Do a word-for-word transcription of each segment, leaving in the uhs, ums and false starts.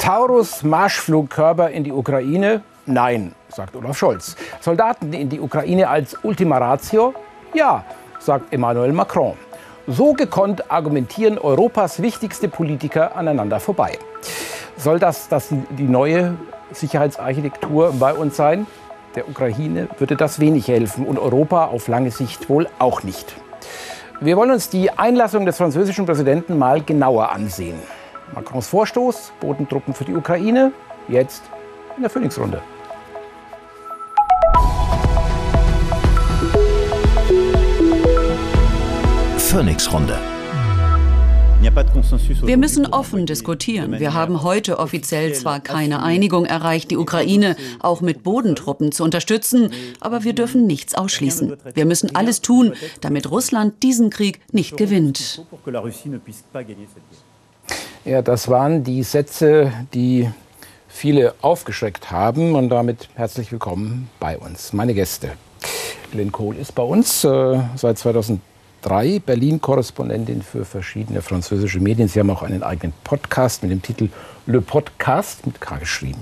Taurus-Marschflugkörper in die Ukraine? Nein, sagt Olaf Scholz. Soldaten in die Ukraine als Ultima Ratio? Ja, sagt Emmanuel Macron. So gekonnt argumentieren Europas wichtigste Politiker aneinander vorbei. Soll das, das die neue Sicherheitsarchitektur bei uns sein? Der Ukraine würde das wenig helfen und Europa auf lange Sicht wohl auch nicht. Wir wollen uns die Einlassung des französischen Präsidenten mal genauer ansehen. Macrons Vorstoß, Bodentruppen für die Ukraine, jetzt in der Phoenix-Runde. Phoenix-Runde. Wir müssen offen diskutieren. Wir haben heute offiziell zwar keine Einigung erreicht, die Ukraine auch mit Bodentruppen zu unterstützen, aber wir dürfen nichts ausschließen. Wir müssen alles tun, damit Russland diesen Krieg nicht gewinnt. Ja, das waren die Sätze, die viele aufgeschreckt haben. Und damit herzlich willkommen bei uns. Meine Gäste. Lynn Kohl ist bei uns äh, seit zweitausenddrei, Berlin-Korrespondentin für verschiedene französische Medien. Sie haben auch einen eigenen Podcast mit dem Titel Le Podcast mit K geschrieben.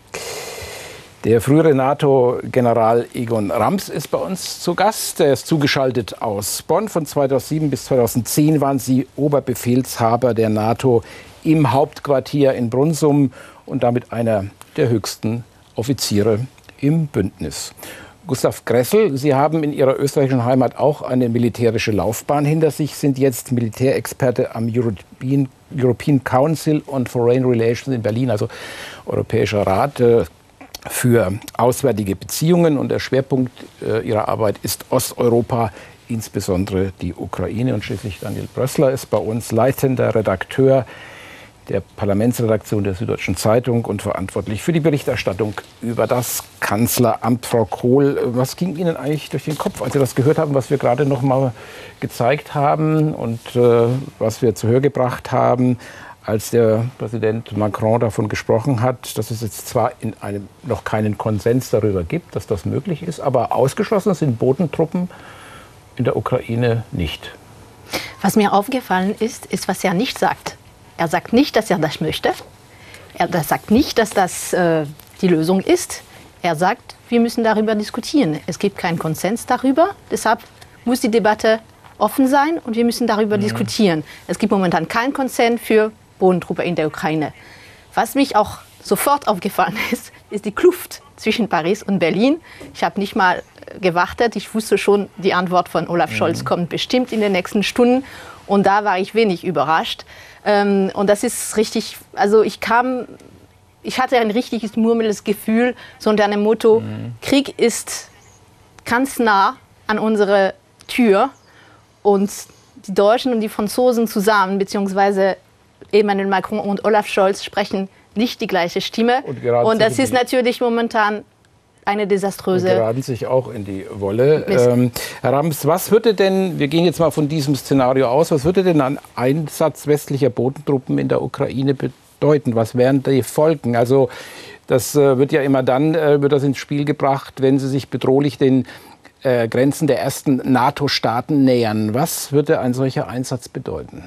Der frühere NATO-General Egon Rams ist bei uns zu Gast. Er ist zugeschaltet aus Bonn. Von zweitausendsieben bis zweitausendzehn waren Sie Oberbefehlshaber der NATO im Hauptquartier in Brunssum und damit einer der höchsten Offiziere im Bündnis. Gustav Gressel, Sie haben in Ihrer österreichischen Heimat auch eine militärische Laufbahn hinter sich, sind jetzt Militärexperte am European, European Council on Foreign Relations in Berlin, also Europäischer Rat äh, für auswärtige Beziehungen. Und der Schwerpunkt äh, Ihrer Arbeit ist Osteuropa, insbesondere die Ukraine. Und schließlich Daniel Brössler ist bei uns leitender Redakteur der Parlamentsredaktion der Süddeutschen Zeitung und verantwortlich für die Berichterstattung über das Kanzleramt. Frau Kohl, was ging Ihnen eigentlich durch den Kopf, als Sie das gehört haben, was wir gerade noch mal gezeigt haben und äh, was wir zu Hör gebracht haben, als der Präsident Macron davon gesprochen hat, dass es jetzt zwar in einem noch keinen Konsens darüber gibt, dass das möglich ist, aber ausgeschlossen sind Bodentruppen in der Ukraine nicht. Was mir aufgefallen ist, ist, was er nicht sagt. Er sagt nicht, dass er das möchte. Er sagt nicht, dass das äh, die Lösung ist. Er sagt, wir müssen darüber diskutieren. Es gibt keinen Konsens darüber. Deshalb muss die Debatte offen sein und wir müssen darüber mhm. diskutieren. Es gibt momentan keinen Konsens für Bodentruppen in der Ukraine. Was mich auch sofort aufgefallen ist, ist die Kluft zwischen Paris und Berlin. Ich habe nicht mal gewartet. Ich wusste schon, die Antwort von Olaf Scholz mhm. kommt bestimmt in den nächsten Stunden. Und da war ich wenig überrascht. Ähm, und das ist richtig, also ich kam, ich hatte ein richtiges murmelndes Gefühl, so unter dem Motto, mhm. Krieg ist ganz nah an unserer Tür und die Deutschen und die Franzosen zusammen, beziehungsweise Emmanuel Macron und Olaf Scholz sprechen nicht die gleiche Stimme. Und, und das ist natürlich momentan eine desaströse... Und geraten sich auch in die Wolle. Ähm, Herr Rams, was würde denn, wir gehen jetzt mal von diesem Szenario aus, was würde denn ein Einsatz westlicher Bodentruppen in der Ukraine bedeuten? Was wären die Folgen? Also das äh, wird ja immer dann, äh, wird das ins Spiel gebracht, wenn sie sich bedrohlich den äh, Grenzen der ersten NATO-Staaten nähern. Was würde ein solcher Einsatz bedeuten?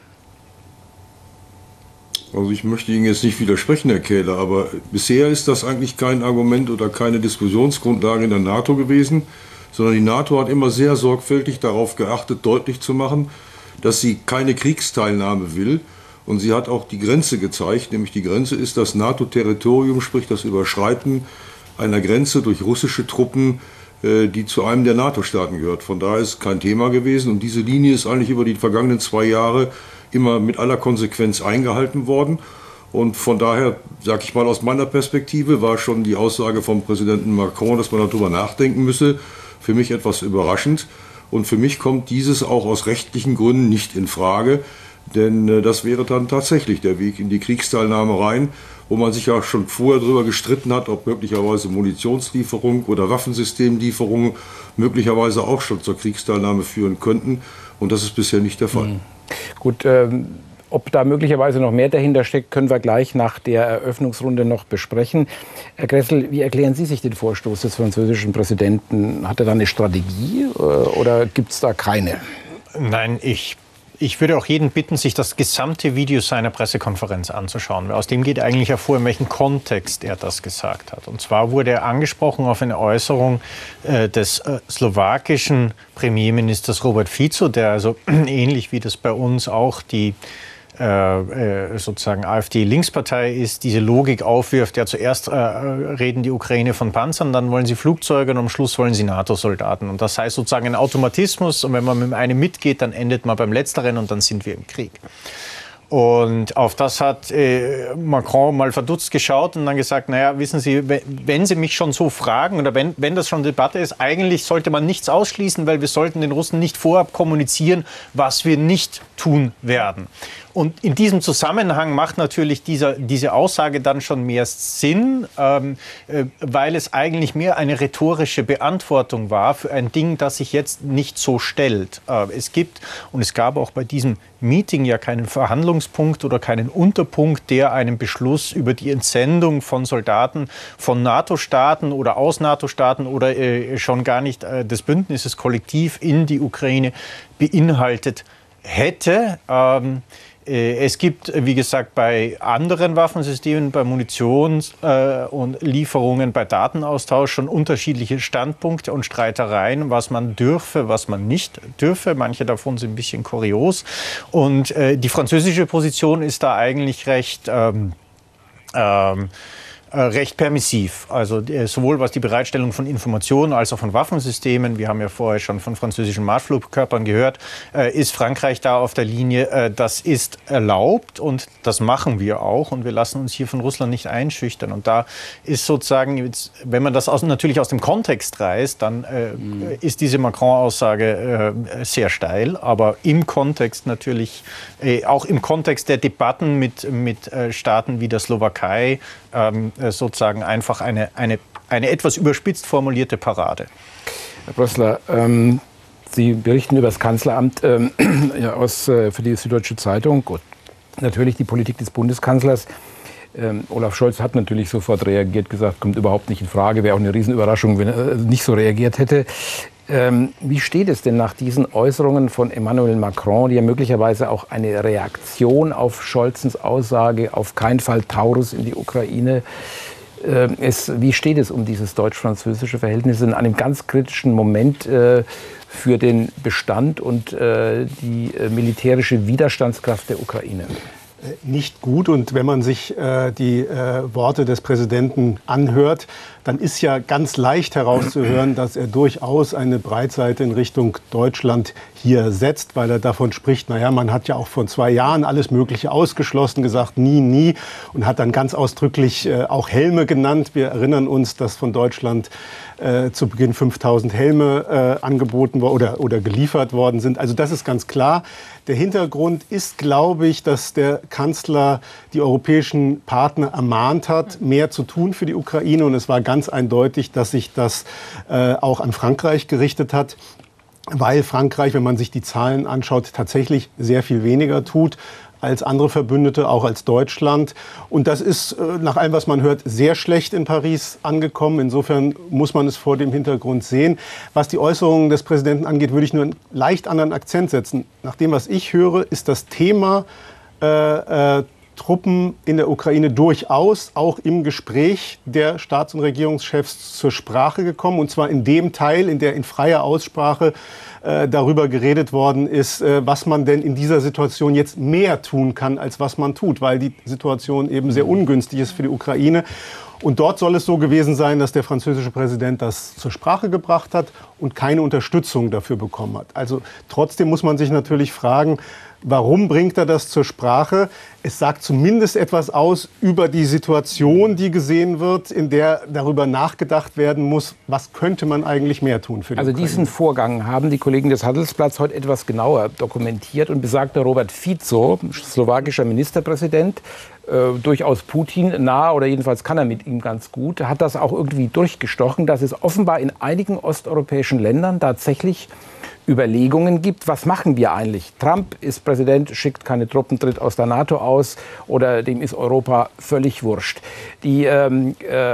Also ich möchte Ihnen jetzt nicht widersprechen, Herr Kähler, aber bisher ist das eigentlich kein Argument oder keine Diskussionsgrundlage in der NATO gewesen, sondern die NATO hat immer sehr sorgfältig darauf geachtet, deutlich zu machen, dass sie keine Kriegsteilnahme will. Und sie hat auch die Grenze gezeigt, nämlich die Grenze ist das NATO-Territorium, sprich das Überschreiten einer Grenze durch russische Truppen, die zu einem der NATO-Staaten gehört. Von daher ist es kein Thema gewesen. Und diese Linie ist eigentlich über die vergangenen zwei Jahre immer mit aller Konsequenz eingehalten worden. Und von daher, sage ich mal aus meiner Perspektive, war schon die Aussage vom Präsidenten Macron, dass man darüber nachdenken müsse, für mich etwas überraschend. Und für mich kommt dieses auch aus rechtlichen Gründen nicht in Frage, denn äh, das wäre dann tatsächlich der Weg in die Kriegsteilnahme rein, wo man sich ja schon vorher darüber gestritten hat, ob möglicherweise Munitionslieferung oder Waffensystemlieferungen möglicherweise auch schon zur Kriegsteilnahme führen könnten. Und das ist bisher nicht der Fall. Mhm. Gut, ähm, ob da möglicherweise noch mehr dahinter steckt, können wir gleich nach der Eröffnungsrunde noch besprechen. Herr Gressel, wie erklären Sie sich den Vorstoß des französischen Präsidenten? Hat er da eine Strategie äh, oder gibt es da keine? Nein, ich Ich würde auch jeden bitten, sich das gesamte Video seiner Pressekonferenz anzuschauen. Aus dem geht eigentlich hervor, in welchem Kontext er das gesagt hat. Und zwar wurde er angesprochen auf eine Äußerung äh, des äh, slowakischen Premierministers Robert Fico, der also ähnlich wie das bei uns auch die Äh, sozusagen AfD-Linkspartei ist, diese Logik aufwirft, ja zuerst äh, reden die Ukraine von Panzern, dann wollen sie Flugzeuge und am Schluss wollen sie NATO-Soldaten. Und das heißt sozusagen ein Automatismus und wenn man mit einem mitgeht, dann endet man beim Letzteren und dann sind wir im Krieg. Und auf das hat äh, Macron mal verdutzt geschaut und dann gesagt, naja, wissen Sie, wenn Sie mich schon so fragen oder wenn, wenn das schon Debatte ist, eigentlich sollte man nichts ausschließen, weil wir sollten den Russen nicht vorab kommunizieren, was wir nicht tun werden. Und in diesem Zusammenhang macht natürlich dieser, diese Aussage dann schon mehr Sinn, ähm, äh, weil es eigentlich mehr eine rhetorische Beantwortung war für ein Ding, das sich jetzt nicht so stellt. Äh, es gibt, und es gab auch bei diesem Meeting ja keinen Verhandlungspunkt oder keinen Unterpunkt, der einen Beschluss über die Entsendung von Soldaten von NATO-Staaten oder aus NATO-Staaten oder äh, schon gar nicht äh, des Bündnisses kollektiv in die Ukraine beinhaltet hätte. Ähm, Es gibt, wie gesagt, bei anderen Waffensystemen, bei Munitions- äh, und Lieferungen, bei Datenaustausch schon unterschiedliche Standpunkte und Streitereien, was man dürfe, was man nicht dürfe. Manche davon sind ein bisschen kurios. Und äh, die französische Position ist da eigentlich recht... Ähm, ähm, recht permissiv, also sowohl was die Bereitstellung von Informationen als auch von Waffensystemen, wir haben ja vorher schon von französischen Marschflugkörpern gehört, ist Frankreich da auf der Linie, das ist erlaubt und das machen wir auch und wir lassen uns hier von Russland nicht einschüchtern und da ist sozusagen, wenn man das aus, natürlich aus dem Kontext reißt, dann äh, mhm. ist diese Macron-Aussage äh, sehr steil, aber im Kontext natürlich, äh, auch im Kontext der Debatten mit, mit äh, Staaten wie der Slowakei, ähm, sozusagen einfach eine, eine, eine etwas überspitzt formulierte Parade. Herr Brössler, ähm, Sie berichten über das Kanzleramt ähm, ja, aus, äh, für die Süddeutsche Zeitung. Gut, natürlich die Politik des Bundeskanzlers. Ähm, Olaf Scholz hat natürlich sofort reagiert, gesagt, kommt überhaupt nicht in Frage. Wäre auch eine Riesenüberraschung, wenn er nicht so reagiert hätte. Ähm, wie steht es denn nach diesen Äußerungen von Emmanuel Macron, die ja möglicherweise auch eine Reaktion auf Scholzens Aussage, auf keinen Fall Taurus in die Ukraine äh, ist? Wie steht es um dieses deutsch-französische Verhältnis in einem ganz kritischen Moment äh, für den Bestand und äh, die äh, militärische Widerstandskraft der Ukraine? Nicht gut. Und wenn man sich äh, die äh, Worte des Präsidenten anhört, dann ist ja ganz leicht herauszuhören, dass er durchaus eine Breitseite in Richtung Deutschland hier setzt, weil er davon spricht, naja, man hat ja auch vor zwei Jahren alles Mögliche ausgeschlossen, gesagt, nie, nie, und hat dann ganz ausdrücklich äh, auch Helme genannt. Wir erinnern uns, dass von Deutschland äh, zu Beginn fünftausend Helme äh, angeboten oder, oder geliefert worden sind. Also das ist ganz klar. Der Hintergrund ist, glaube ich, dass der Kanzler die europäischen Partner ermahnt hat, mehr zu tun für die Ukraine. Und es war ganz eindeutig, dass sich das äh, auch an Frankreich gerichtet hat, weil Frankreich, wenn man sich die Zahlen anschaut, tatsächlich sehr viel weniger tut als andere Verbündete, auch als Deutschland. Und das ist, äh, nach allem, was man hört, sehr schlecht in Paris angekommen. Insofern muss man es vor dem Hintergrund sehen. Was die Äußerungen des Präsidenten angeht, würde ich nur einen leicht anderen Akzent setzen. Nach dem, was ich höre, ist das Thema äh, äh, Truppen in der Ukraine durchaus auch im Gespräch der Staats- und Regierungschefs zur Sprache gekommen. Und zwar in dem Teil, in der in freier Aussprache äh, darüber geredet worden ist, äh, was man denn in dieser Situation jetzt mehr tun kann, als was man tut, weil die Situation eben sehr ungünstig ist für die Ukraine. Und dort soll es so gewesen sein, dass der französische Präsident das zur Sprache gebracht hat und keine Unterstützung dafür bekommen hat. Also trotzdem muss man sich natürlich fragen, warum bringt er das zur Sprache? Es sagt zumindest etwas aus über die Situation, die gesehen wird, in der darüber nachgedacht werden muss, was könnte man eigentlich mehr tun für die Also Ukraine. diesen Vorgang haben die Kollegen des Handelsblatts heute etwas genauer dokumentiert und besagter Robert Fico, slowakischer Ministerpräsident, äh, durchaus Putin nah oder jedenfalls kann er mit ihm ganz gut, hat das auch irgendwie durchgestochen, dass es offenbar in einigen osteuropäischen Ländern tatsächlich Überlegungen gibt, was machen wir eigentlich? Trump ist Präsident, schickt keine Truppen, tritt aus der NATO aus oder dem ist Europa völlig wurscht. Die, ähm, äh,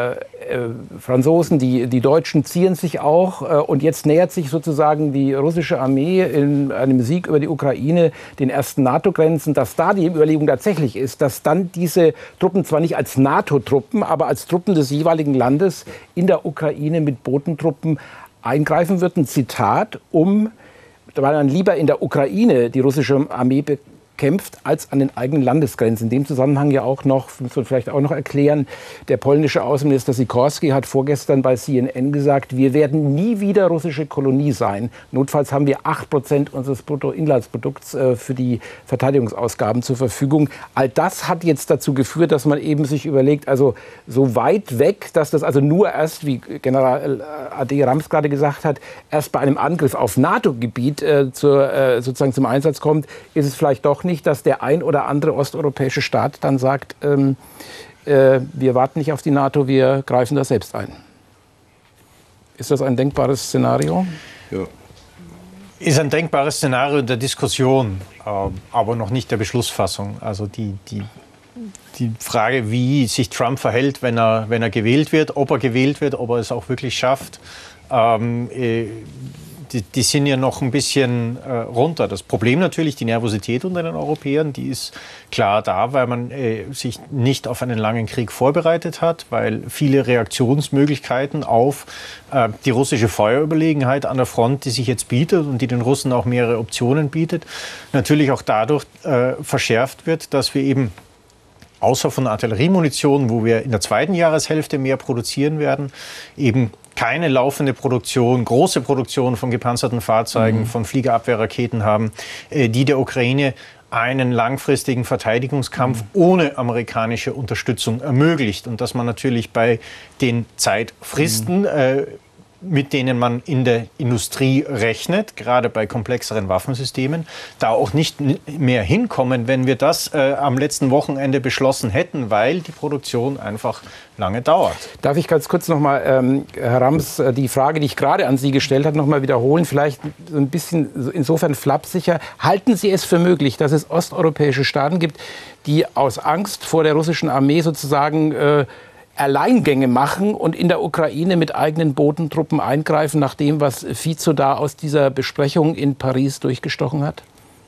äh, Franzosen, die, die Deutschen zieren sich auch. Äh, und jetzt nähert sich sozusagen die russische Armee in einem Sieg über die Ukraine den ersten NATO-Grenzen. Dass da die Überlegung tatsächlich ist, dass dann diese Truppen zwar nicht als NATO-Truppen, aber als Truppen des jeweiligen Landes in der Ukraine mit Bodentruppen eingreifen würden. Zitat, um, weil man lieber in der Ukraine die russische Armee bekämpft, als an den eigenen Landesgrenzen. In dem Zusammenhang ja auch noch, muss man vielleicht auch noch erklären, der polnische Außenminister Sikorski hat vorgestern bei C N N gesagt, wir werden nie wieder russische Kolonie sein. Notfalls haben wir acht Prozent unseres Bruttoinlandsprodukts äh, für die Verteidigungsausgaben zur Verfügung. All das hat jetzt dazu geführt, dass man eben sich überlegt, also so weit weg, dass das also nur erst, wie General A D Rams gerade gesagt hat, erst bei einem Angriff auf NATO-Gebiet äh, zur, äh, sozusagen zum Einsatz kommt, ist es vielleicht doch nicht, dass der ein oder andere osteuropäische Staat dann sagt, ähm, äh, wir warten nicht auf die NATO, wir greifen da selbst ein. Ist das ein denkbares Szenario? Ja. Ist ein denkbares Szenario der Diskussion, äh, aber noch nicht der Beschlussfassung. Also die, die, die Frage, wie sich Trump verhält, wenn er, wenn er gewählt wird, ob er gewählt wird, ob er es auch wirklich schafft, ähm, äh, Die, die sind ja noch ein bisschen äh, runter. Das Problem natürlich, die Nervosität unter den Europäern, die ist klar da, weil man äh, sich nicht auf einen langen Krieg vorbereitet hat, weil viele Reaktionsmöglichkeiten auf äh, die russische Feuerüberlegenheit an der Front, die sich jetzt bietet und die den Russen auch mehrere Optionen bietet, natürlich auch dadurch äh, verschärft wird, dass wir eben außer von Artilleriemunition, wo wir in der zweiten Jahreshälfte mehr produzieren werden, eben keine laufende Produktion, große Produktion von gepanzerten Fahrzeugen, mhm. von Fliegerabwehrraketen haben, die der Ukraine einen langfristigen Verteidigungskampf mhm. ohne amerikanische Unterstützung ermöglicht. Und dass man natürlich bei den Zeitfristen, mhm. äh, mit denen man in der Industrie rechnet, gerade bei komplexeren Waffensystemen, da auch nicht mehr hinkommen, wenn wir das äh, am letzten Wochenende beschlossen hätten, weil die Produktion einfach lange dauert. Darf ich ganz kurz noch mal, ähm, Herr Rams, die Frage, die ich gerade an Sie gestellt habe, noch mal wiederholen, vielleicht so ein bisschen insofern flapsicher. Halten Sie es für möglich, dass es osteuropäische Staaten gibt, die aus Angst vor der russischen Armee sozusagen äh, Alleingänge machen und in der Ukraine mit eigenen Bodentruppen eingreifen, nach dem, was Fico da aus dieser Besprechung in Paris durchgestochen hat?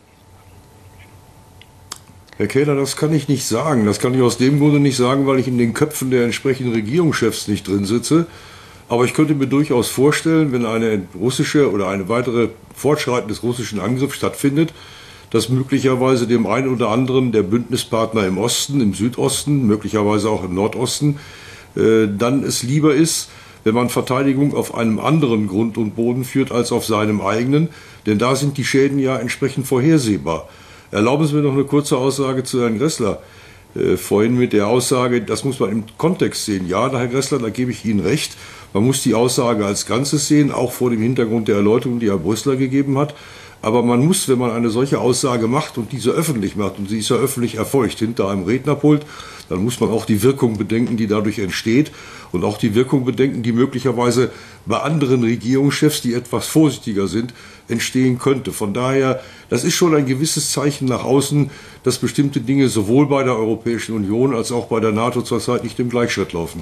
Herr Kähler, das kann ich nicht sagen. Das kann ich aus dem Grunde nicht sagen, weil ich in den Köpfen der entsprechenden Regierungschefs nicht drin sitze. Aber ich könnte mir durchaus vorstellen, wenn eine russische oder eine weitere Fortschreiten des russischen Angriffs stattfindet, dass möglicherweise dem einen oder anderen der Bündnispartner im Osten, im Südosten, möglicherweise auch im Nordosten, äh, dann es lieber ist, wenn man Verteidigung auf einem anderen Grund und Boden führt als auf seinem eigenen. Denn da sind die Schäden ja entsprechend vorhersehbar. Erlauben Sie mir noch eine kurze Aussage zu Herrn Gressler. Äh, vorhin mit der Aussage, das muss man im Kontext sehen. Ja, Herr Gressler, da gebe ich Ihnen recht. Man muss die Aussage als Ganzes sehen, auch vor dem Hintergrund der Erläuterung, die Herr Brüssler gegeben hat. Aber man muss, wenn man eine solche Aussage macht und diese öffentlich macht, und sie ist ja öffentlich erfolgt hinter einem Rednerpult, dann muss man auch die Wirkung bedenken, die dadurch entsteht und auch die Wirkung bedenken, die möglicherweise bei anderen Regierungschefs, die etwas vorsichtiger sind, entstehen könnte. Von daher, das ist schon ein gewisses Zeichen nach außen, dass bestimmte Dinge sowohl bei der Europäischen Union als auch bei der NATO zurzeit nicht im Gleichschritt laufen.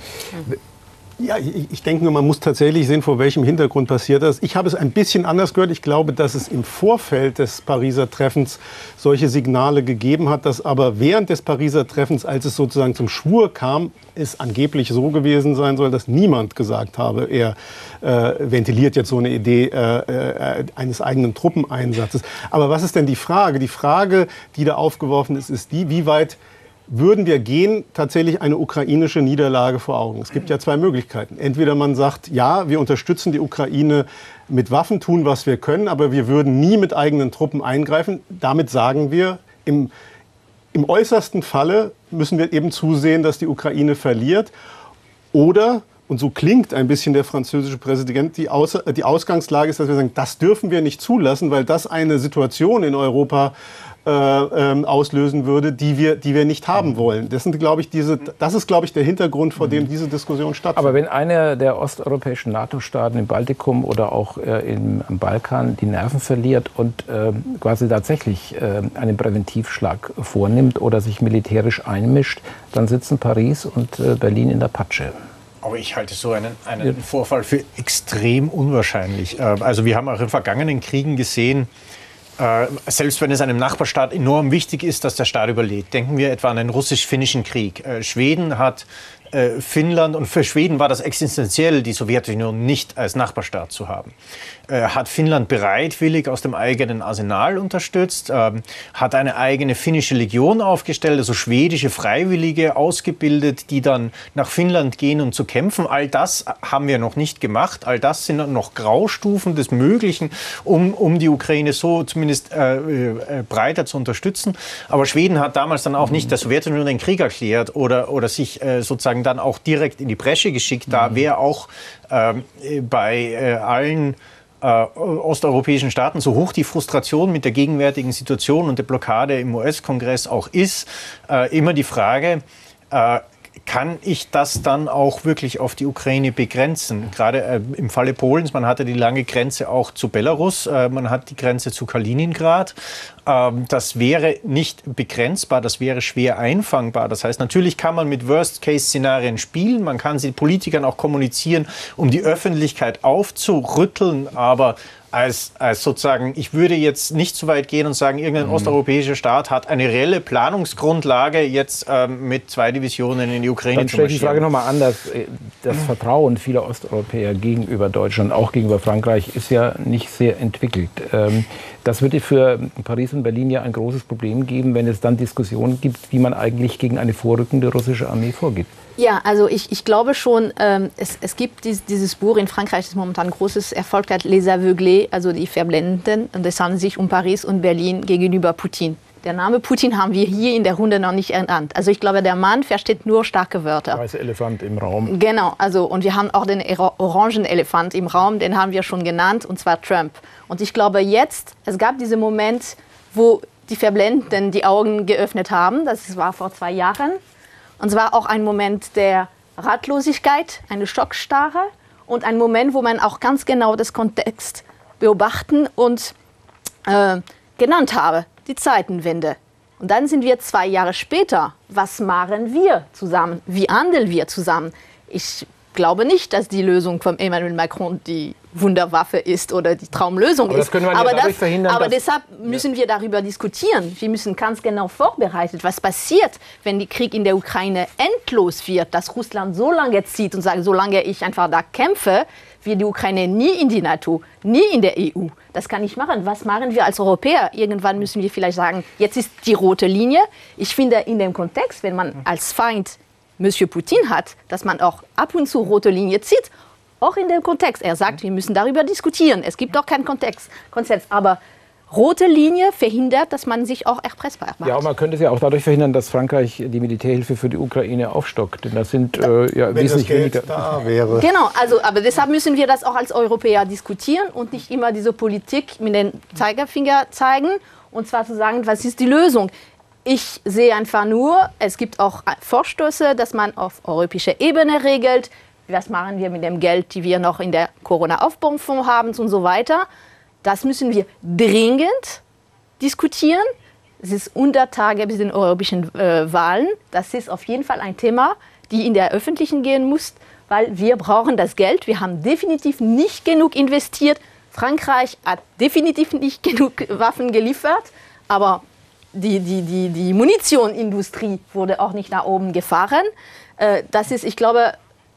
Ja, ich, ich denke nur, man muss tatsächlich sehen, vor welchem Hintergrund passiert das. Ich habe es ein bisschen anders gehört. Ich glaube, dass es im Vorfeld des Pariser Treffens solche Signale gegeben hat, dass aber während des Pariser Treffens, als es sozusagen zum Schwur kam, es angeblich so gewesen sein soll, dass niemand gesagt habe, er äh, ventiliert jetzt so eine Idee äh, äh, eines eigenen Truppeneinsatzes. Aber was ist denn die Frage? Die Frage, die da aufgeworfen ist, ist die, wie weit würden wir gehen, tatsächlich eine ukrainische Niederlage vor Augen? Es gibt ja zwei Möglichkeiten. Entweder man sagt, ja, wir unterstützen die Ukraine mit Waffen, tun, was wir können, aber wir würden nie mit eigenen Truppen eingreifen. Damit sagen wir, im, im äußersten Falle müssen wir eben zusehen, dass die Ukraine verliert. Oder, und so klingt ein bisschen der französische Präsident, die, Aus, die Ausgangslage ist, dass wir sagen, das dürfen wir nicht zulassen, weil das eine Situation in Europa Äh, ähm, auslösen würde, die wir, die wir nicht haben wollen. Das, sind, glaube ich, diese, das ist, glaube ich, der Hintergrund, vor dem diese Diskussion stattfindet. Aber wenn einer der osteuropäischen NATO-Staaten im Baltikum oder auch äh, im, am Balkan die Nerven verliert und äh, quasi tatsächlich äh, einen Präventivschlag vornimmt oder sich militärisch einmischt, dann sitzen Paris und äh, Berlin in der Patsche. Aber ich halte so einen, einen Vorfall für extrem unwahrscheinlich. Also wir haben auch in vergangenen Kriegen gesehen, selbst wenn es einem Nachbarstaat enorm wichtig ist, dass der Staat überlebt. Denken wir etwa an den russisch-finnischen Krieg. Schweden hat Finnland, und für Schweden war das existenziell, die Sowjetunion nicht als Nachbarstaat zu haben. Hat Finnland bereitwillig aus dem eigenen Arsenal unterstützt, hat eine eigene finnische Legion aufgestellt, also schwedische Freiwillige ausgebildet, die dann nach Finnland gehen, um zu kämpfen. All das haben wir noch nicht gemacht. All das sind noch Graustufen des Möglichen, um, um die Ukraine so zumindest äh, äh, breiter zu unterstützen. Aber Schweden hat damals dann auch nicht der Sowjetunion den Krieg erklärt oder, oder sich äh, sozusagen dann auch direkt in die Bresche geschickt. Da wäre auch äh, bei äh, allen äh, osteuropäischen Staaten, so hoch die Frustration mit der gegenwärtigen Situation und der Blockade im U S-Kongress auch ist, äh, immer die Frage, äh, kann ich das dann auch wirklich auf die Ukraine begrenzen? Gerade äh, im Falle Polens, man hatte die lange Grenze auch zu Belarus, äh, man hat die Grenze zu Kaliningrad. Ähm, das wäre nicht begrenzbar, das wäre schwer einfangbar. Das heißt, natürlich kann man mit Worst-Case-Szenarien spielen, man kann sie Politikern auch kommunizieren, um die Öffentlichkeit aufzurütteln, aber Als, als sozusagen, ich würde jetzt nicht so weit gehen und sagen, irgendein mhm. osteuropäischer Staat hat eine reelle Planungsgrundlage, jetzt ähm, mit zwei Divisionen in die Ukraine Dann zu stelle ich die Frage marschieren. nochmal anders. Das mhm. Vertrauen vieler Osteuropäer gegenüber Deutschland, auch gegenüber Frankreich, ist ja nicht sehr entwickelt. Ähm, das würde für Paris und Berlin ja ein großes Problem geben, wenn es dann Diskussionen gibt, wie man eigentlich gegen eine vorrückende russische Armee vorgeht. Ja, also ich, ich glaube schon, ähm, es, es gibt dies, dieses Buch in Frankreich, das momentan ein großes Erfolg hat, Les Aveuglés, also die Verblendeten. Und es handelt sich um Paris und Berlin gegenüber Putin. Der Name Putin haben wir hier in der Runde noch nicht ernannt. Also ich glaube, der Mann versteht nur starke Wörter. Der weiße Elefant im Raum. Genau, also und wir haben auch den orangen Elefant im Raum, den haben wir schon genannt, und zwar Trump. Und ich glaube jetzt, es gab diesen Moment, wo die Verblendeten die Augen geöffnet haben, das war vor zwei Jahren. Und es war auch ein Moment der Ratlosigkeit, eine Schockstarre und ein Moment, wo man auch ganz genau das Kontext beobachten und äh, genannt habe, die Zeitenwende. Und dann sind wir zwei Jahre später. Was machen wir zusammen? Wie handeln wir zusammen? Ich glaube nicht, dass die Lösung von Emmanuel Macron die Wunderwaffe ist oder die Traumlösung aber ist. Das können wir ja aber dadurch das, verhindern, aber dass deshalb müssen wir darüber diskutieren. Wir müssen ganz genau vorbereitet, was passiert, wenn der Krieg in der Ukraine endlos wird, dass Russland so lange zieht und sagt, solange ich einfach da kämpfe, wird die Ukraine nie in die NATO, nie in der E U. Das kann ich machen. Was machen wir als Europäer? Irgendwann müssen wir vielleicht sagen, jetzt ist die rote Linie. Ich finde in dem Kontext, wenn man als Feind Monsieur Putin hat, dass man auch ab und zu rote Linie zieht, auch in dem Kontext. Er sagt, wir müssen darüber diskutieren. Es gibt auch keinen Kontext, Konzept. Aber rote Linie verhindert, dass man sich auch erpressbar macht. Ja, und man könnte es ja auch dadurch verhindern, dass Frankreich die Militärhilfe für die Ukraine aufstockt. Denn das sind äh, ja Wenn wesentlich das Geld weniger. da wäre. Genau, also, aber deshalb müssen wir das auch als Europäer diskutieren und nicht immer diese Politik mit dem Zeigefinger zeigen. Und zwar zu sagen, was ist die Lösung? Ich sehe einfach nur, es gibt auch Vorstöße, dass man auf europäischer Ebene regelt. Was machen wir mit dem Geld, die wir noch in der Corona-Aufbaufonds haben und so weiter. Das müssen wir dringend diskutieren. Es ist unter Tage bis den europäischen äh, Wahlen. Das ist auf jeden Fall ein Thema, die in der Öffentlichen gehen muss, weil wir brauchen das Geld. Wir haben definitiv nicht genug investiert. Frankreich hat definitiv nicht genug Waffen geliefert, aber die, die, die, die Munitionindustrie wurde auch nicht nach oben gefahren. Äh, das ist, ich glaube,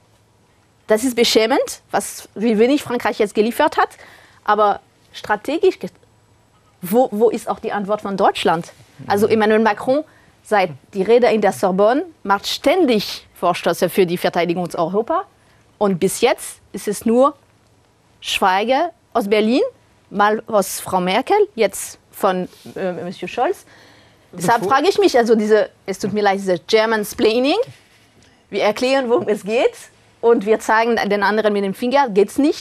das ist beschämend, was, wie wenig Frankreich jetzt geliefert hat. Aber strategisch, wo, wo ist auch die Antwort von Deutschland? Also Emmanuel Macron, seit die Rede in der Sorbonne, macht ständig Vorstöße für die Verteidigung Europa. Und bis jetzt ist es nur Schweige aus Berlin, mal aus Frau Merkel, jetzt von äh, Monsieur Scholz. Deshalb Bevor frage ich mich, also diese, es tut mir leid, diese German-Splaining. Wir erklären, worum es geht und wir zeigen den anderen mit dem Finger, geht's nicht.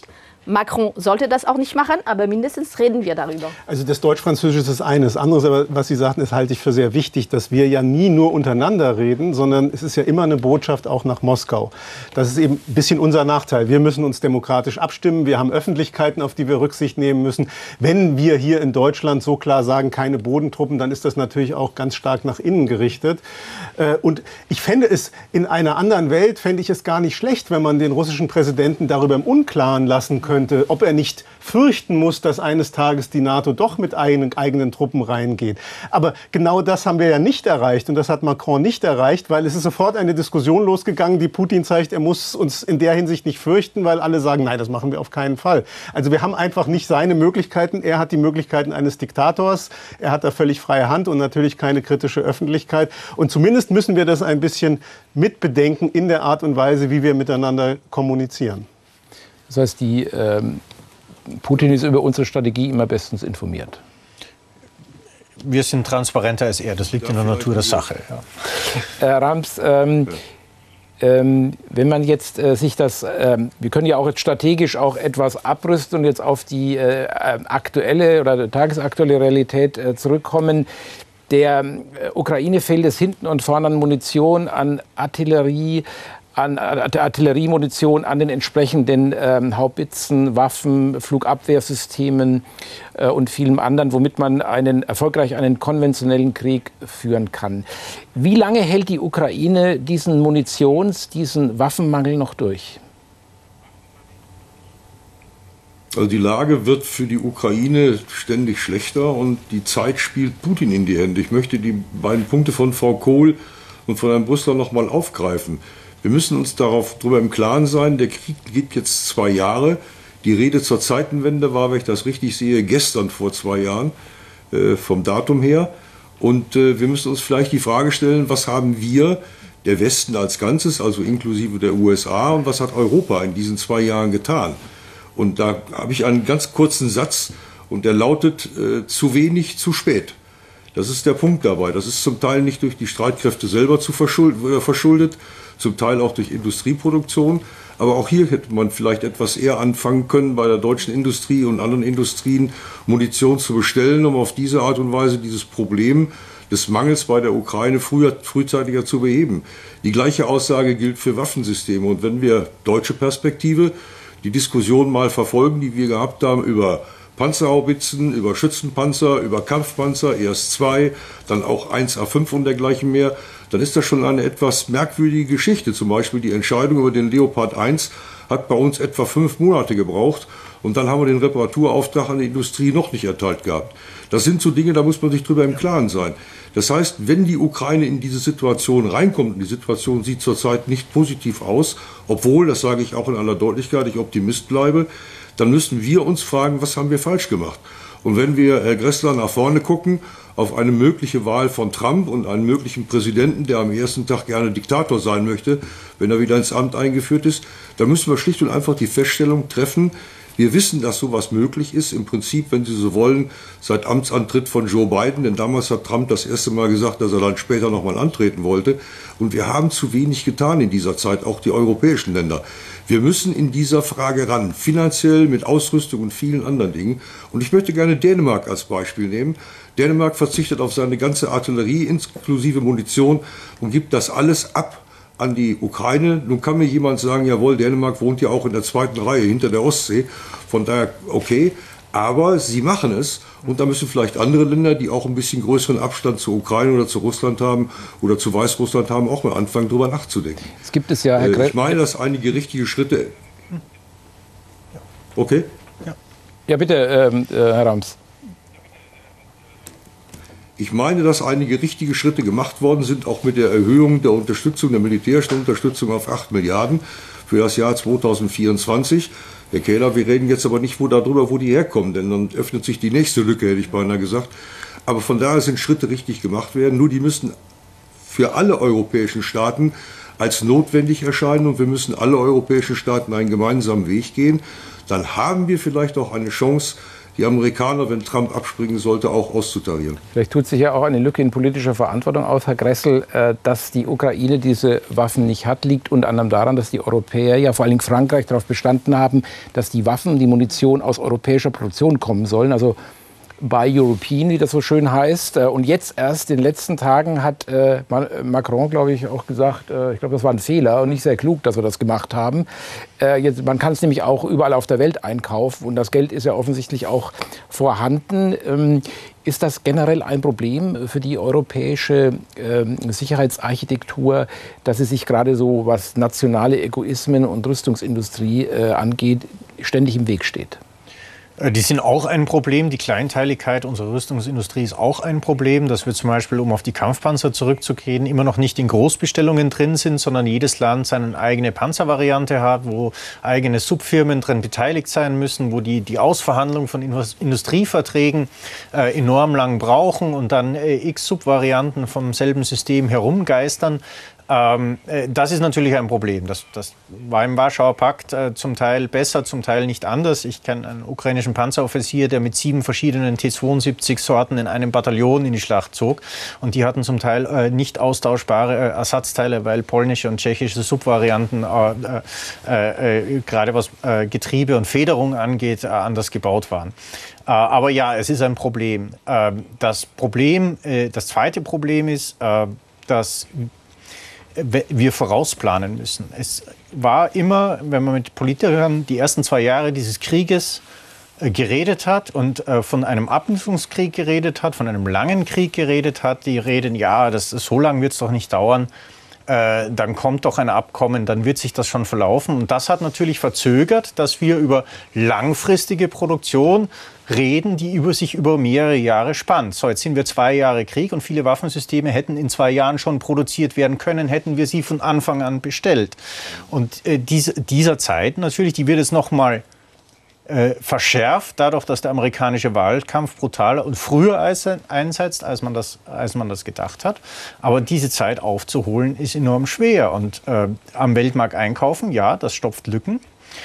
Macron sollte das auch nicht machen, aber mindestens reden wir darüber. Also das Deutsch-Französische ist das eine. Das andere, aber was Sie sagten, das halte ich für sehr wichtig, dass wir ja nie nur untereinander reden, sondern es ist ja immer eine Botschaft auch nach Moskau. Das ist eben ein bisschen unser Nachteil. Wir müssen uns demokratisch abstimmen. Wir haben Öffentlichkeiten, auf die wir Rücksicht nehmen müssen. Wenn wir hier in Deutschland so klar sagen, keine Bodentruppen, dann ist das natürlich auch ganz stark nach innen gerichtet. Und ich fände es in einer anderen Welt, fände ich es gar nicht schlecht, wenn man den russischen Präsidenten darüber im Unklaren lassen könnte, könnte, ob er nicht fürchten muss, dass eines Tages die NATO doch mit eigenen, eigenen Truppen reingeht. Aber genau das haben wir ja nicht erreicht und das hat Macron nicht erreicht, weil es ist sofort eine Diskussion losgegangen, die Putin zeigt, er muss uns in der Hinsicht nicht fürchten, weil alle sagen, nein, das machen wir auf keinen Fall. Also wir haben einfach nicht seine Möglichkeiten, er hat die Möglichkeiten eines Diktators, er hat da völlig freie Hand und natürlich keine kritische Öffentlichkeit. Und zumindest müssen wir das ein bisschen mitbedenken in der Art und Weise, wie wir miteinander kommunizieren. Das heißt, die, ähm, Putin ist über unsere Strategie immer bestens informiert. Wir sind transparenter als er, das liegt ja, in der Natur der Sache. Ja. Herr Rams, ähm, ja. ähm, wenn man jetzt äh, sich das, ähm, wir können ja auch jetzt strategisch auch etwas abrüsten und jetzt auf die äh, aktuelle oder tagesaktuelle Realität äh, zurückkommen. Der äh, Ukraine fehlt es hinten und vorne an Munition, an Artillerie, an Artilleriemunition, an den entsprechenden ähm, Haubitzen, Waffen, Flugabwehrsystemen äh, und vielem anderen, womit man einen, erfolgreich einen konventionellen Krieg führen kann. Wie lange hält die Ukraine diesen Munitions-, diesen Waffenmangel noch durch? Also die Lage wird für die Ukraine ständig schlechter und die Zeit spielt Putin in die Hände. Ich möchte die beiden Punkte von Frau Kohl und von Herrn Brüssler noch mal aufgreifen. Wir müssen uns darauf, darüber im Klaren sein, der Krieg geht jetzt zwei Jahre. Die Rede zur Zeitenwende war, wenn ich das richtig sehe, gestern vor zwei Jahren, äh, vom Datum her. Und äh, wir müssen uns vielleicht die Frage stellen, was haben wir, der Westen als Ganzes, also inklusive der U S A, und was hat Europa in diesen zwei Jahren getan? Und da habe ich einen ganz kurzen Satz und der lautet, äh, zu wenig, zu spät. Das ist der Punkt dabei. Das ist zum Teil nicht durch die Streitkräfte selber zu verschuldet, verschuldet, zum Teil auch durch Industrieproduktion. Aber auch hier hätte man vielleicht etwas eher anfangen können, bei der deutschen Industrie und anderen Industrien Munition zu bestellen, um auf diese Art und Weise dieses Problem des Mangels bei der Ukraine früher, frühzeitiger zu beheben. Die gleiche Aussage gilt für Waffensysteme. Und wenn wir deutsche Perspektive die Diskussion mal verfolgen, die wir gehabt haben über Panzerhaubitzen, über Schützenpanzer, über Kampfpanzer, erst zwei, dann auch eins A fünf und dergleichen mehr, dann ist das schon eine etwas merkwürdige Geschichte. Zum Beispiel die Entscheidung über den Leopard eins hat bei uns etwa fünf Monate gebraucht und dann haben wir den Reparaturauftrag an die Industrie noch nicht erteilt gehabt. Das sind so Dinge, da muss man sich drüber im Klaren sein. Das heißt, wenn die Ukraine in diese Situation reinkommt, und die Situation sieht zurzeit nicht positiv aus, obwohl, das sage ich auch in aller Deutlichkeit, ich Optimist bleibe, dann müssen wir uns fragen, was haben wir falsch gemacht? Und wenn wir, Herr Gressler, nach vorne gucken, auf eine mögliche Wahl von Trump und einen möglichen Präsidenten, der am ersten Tag gerne Diktator sein möchte, wenn er wieder ins Amt eingeführt ist, dann müssen wir schlicht und einfach die Feststellung treffen, wir wissen, dass sowas möglich ist, im Prinzip, wenn Sie so wollen, seit Amtsantritt von Joe Biden, denn damals hat Trump das erste Mal gesagt, dass er dann später nochmal antreten wollte. Und wir haben zu wenig getan in dieser Zeit, auch die europäischen Länder. Wir müssen in dieser Frage ran, finanziell, mit Ausrüstung und vielen anderen Dingen. Und ich möchte gerne Dänemark als Beispiel nehmen. Dänemark verzichtet auf seine ganze Artillerie inklusive Munition und gibt das alles ab an die Ukraine. Nun kann mir jemand sagen, jawohl, Dänemark wohnt ja auch in der zweiten Reihe hinter der Ostsee. Von daher, okay, aber sie machen es. Und da müssen vielleicht andere Länder, die auch ein bisschen größeren Abstand zur Ukraine oder zu Russland haben oder zu Weißrussland haben, auch mal anfangen, darüber nachzudenken. Es gibt es ja, Herr Gre- Ich meine, dass einige richtige Schritte... Okay? Ja, ja bitte, ähm, äh, Herr Rams. Ich meine, dass einige richtige Schritte gemacht worden sind, auch mit der Erhöhung der Unterstützung, der militärischen Unterstützung auf acht Milliarden für das Jahr zweitausendvierundzwanzig. Herr Kähler, wir reden jetzt aber nicht wo darüber, wo die herkommen, denn dann öffnet sich die nächste Lücke, hätte ich beinahe gesagt. Aber von daher sind Schritte richtig gemacht werden, nur die müssen für alle europäischen Staaten als notwendig erscheinen und wir müssen alle europäischen Staaten einen gemeinsamen Weg gehen. Dann haben wir vielleicht auch eine Chance, die Amerikaner, wenn Trump abspringen sollte, auch auszutarieren. Vielleicht tut sich ja auch eine Lücke in politischer Verantwortung auf, Herr Gressel. Dass die Ukraine diese Waffen nicht hat, liegt unter anderem daran, dass die Europäer, ja vor allem Frankreich, darauf bestanden haben, dass die Waffen, die Munition aus europäischer Produktion kommen sollen. Also Buy European, wie das so schön heißt. Und jetzt erst in den letzten Tagen hat äh, Macron, glaube ich, auch gesagt, äh, ich glaube, das war ein Fehler und nicht sehr klug, dass wir das gemacht haben. Äh, jetzt, man kann es nämlich auch überall auf der Welt einkaufen und das Geld ist ja offensichtlich auch vorhanden. Ähm, ist das generell ein Problem für die europäische äh, Sicherheitsarchitektur, dass sie sich gerade so, was nationale Egoismen und Rüstungsindustrie äh, angeht, ständig im Weg steht? Die sind auch ein Problem. Die Kleinteiligkeit unserer Rüstungsindustrie ist auch ein Problem, dass wir zum Beispiel, um auf die Kampfpanzer zurückzugehen, immer noch nicht in Großbestellungen drin sind, sondern jedes Land seine eigene Panzervariante hat, wo eigene Subfirmen drin beteiligt sein müssen, wo die, die Ausverhandlung von Industrieverträgen äh, enorm lang brauchen und dann äh, x Subvarianten vom selben System herumgeistern. Ähm, äh, das ist natürlich ein Problem. Das, das war im Warschauer Pakt äh, zum Teil besser, zum Teil nicht anders. Ich kenne einen ukrainischen Panzeroffizier, der mit sieben verschiedenen T zweiundsiebzig Sorten in einem Bataillon in die Schlacht zog. Und die hatten zum Teil äh, nicht austauschbare äh, Ersatzteile, weil polnische und tschechische Subvarianten, äh, äh, äh, gerade was äh, Getriebe und Federung angeht, äh, anders gebaut waren. Äh, aber ja, es ist ein Problem. Äh, das Problem, äh, das zweite Problem ist, äh, dass wir vorausplanen müssen. Es war immer, wenn man mit Politikern die ersten zwei Jahre dieses Krieges äh, geredet hat und äh, von einem Abnutzungskrieg geredet hat, von einem langen Krieg geredet hat, die reden, ja, das, so lange wird es doch nicht dauern, äh, dann kommt doch ein Abkommen, dann wird sich das schon verlaufen. Und das hat natürlich verzögert, dass wir über langfristige Produktion reden, die über sich über mehrere Jahre spannt. So, jetzt sind wir zwei Jahre Krieg und viele Waffensysteme hätten in zwei Jahren schon produziert werden können, hätten wir sie von Anfang an bestellt. Und äh, diese, dieser Zeit natürlich, die wird es noch mal äh, verschärft, dadurch, dass der amerikanische Wahlkampf brutaler und früher einsetzt, als man das, als man das gedacht hat. Aber diese Zeit aufzuholen, ist enorm schwer. Und äh, am Weltmarkt einkaufen, ja, das stopft Lücken.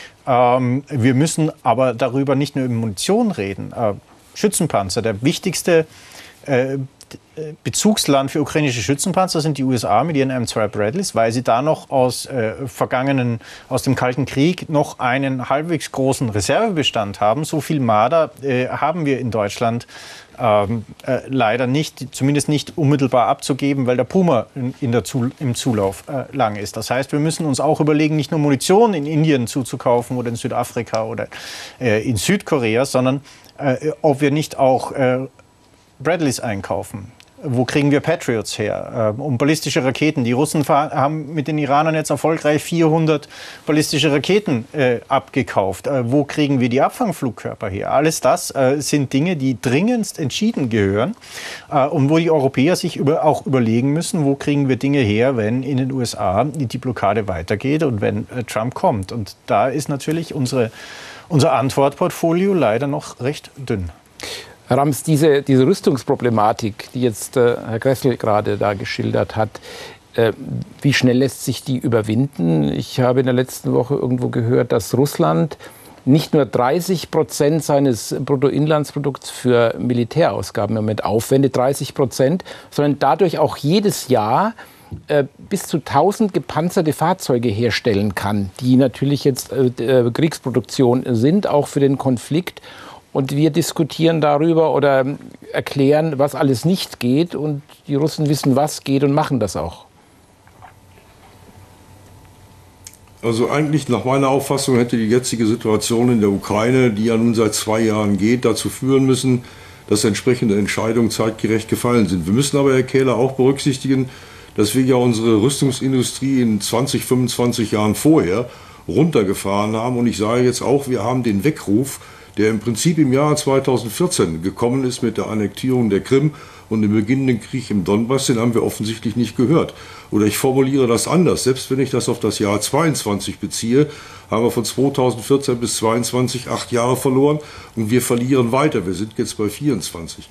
Ähm, wir müssen aber darüber nicht nur über Munition reden. Äh, Schützenpanzer, der wichtigste äh, Bezugsland für ukrainische Schützenpanzer sind die U S A mit ihren M zwei Bradleys, weil sie da noch aus äh, vergangenen, aus dem Kalten Krieg noch einen halbwegs großen Reservebestand haben. So viel Marder äh, haben wir in Deutschland ähm, äh, leider nicht, zumindest nicht unmittelbar abzugeben, weil der Puma in, in der Zul- im Zulauf äh, lang ist. Das heißt, wir müssen uns auch überlegen, nicht nur Munition in Indien zuzukaufen oder in Südafrika oder äh, in Südkorea, sondern äh, ob wir nicht auch äh, Bradleys einkaufen. Wo kriegen wir Patriots her? Äh, um ballistische Raketen. Die Russen haben mit den Iranern jetzt erfolgreich vierhundert ballistische Raketen äh, abgekauft. Äh, wo kriegen wir die Abfangflugkörper her? Alles das äh, sind Dinge, die dringendst entschieden gehören äh, und wo die Europäer sich über, auch überlegen müssen, wo kriegen wir Dinge her, wenn in den U S A die Blockade weitergeht und wenn äh, Trump kommt. Und da ist natürlich unsere, unser Antwortportfolio leider noch recht dünn. Herr Rams, diese, diese Rüstungsproblematik, die jetzt äh, Herr Gressel gerade da geschildert hat, äh, wie schnell lässt sich die überwinden? Ich habe in der letzten Woche irgendwo gehört, dass Russland nicht nur dreißig Prozent seines Bruttoinlandsprodukts für Militärausgaben im Moment aufwendet, dreißig Prozent, sondern dadurch auch jedes Jahr äh, bis zu tausend gepanzerte Fahrzeuge herstellen kann, die natürlich jetzt äh, Kriegsproduktion sind, auch für den Konflikt. Und wir diskutieren darüber oder erklären, was alles nicht geht. Und die Russen wissen, was geht und machen das auch. Also eigentlich nach meiner Auffassung hätte die jetzige Situation in der Ukraine, die ja nun seit zwei Jahren geht, dazu führen müssen, dass entsprechende Entscheidungen zeitgerecht gefallen sind. Wir müssen aber, Herr Kähler, auch berücksichtigen, dass wir ja unsere Rüstungsindustrie in zwanzig, fünfundzwanzig Jahren vorher runtergefahren haben. Und ich sage jetzt auch, wir haben den Weckruf, der im Prinzip im Jahr zweitausendvierzehn gekommen ist mit der Annektierung der Krim und dem beginnenden Krieg im Donbass, den haben wir offensichtlich nicht gehört. Oder ich formuliere das anders, selbst wenn ich das auf das Jahr zweiundzwanzig beziehe, haben wir von zweitausendvierzehn bis zweiundzwanzig acht Jahre verloren und wir verlieren weiter, wir sind jetzt bei vierundzwanzig.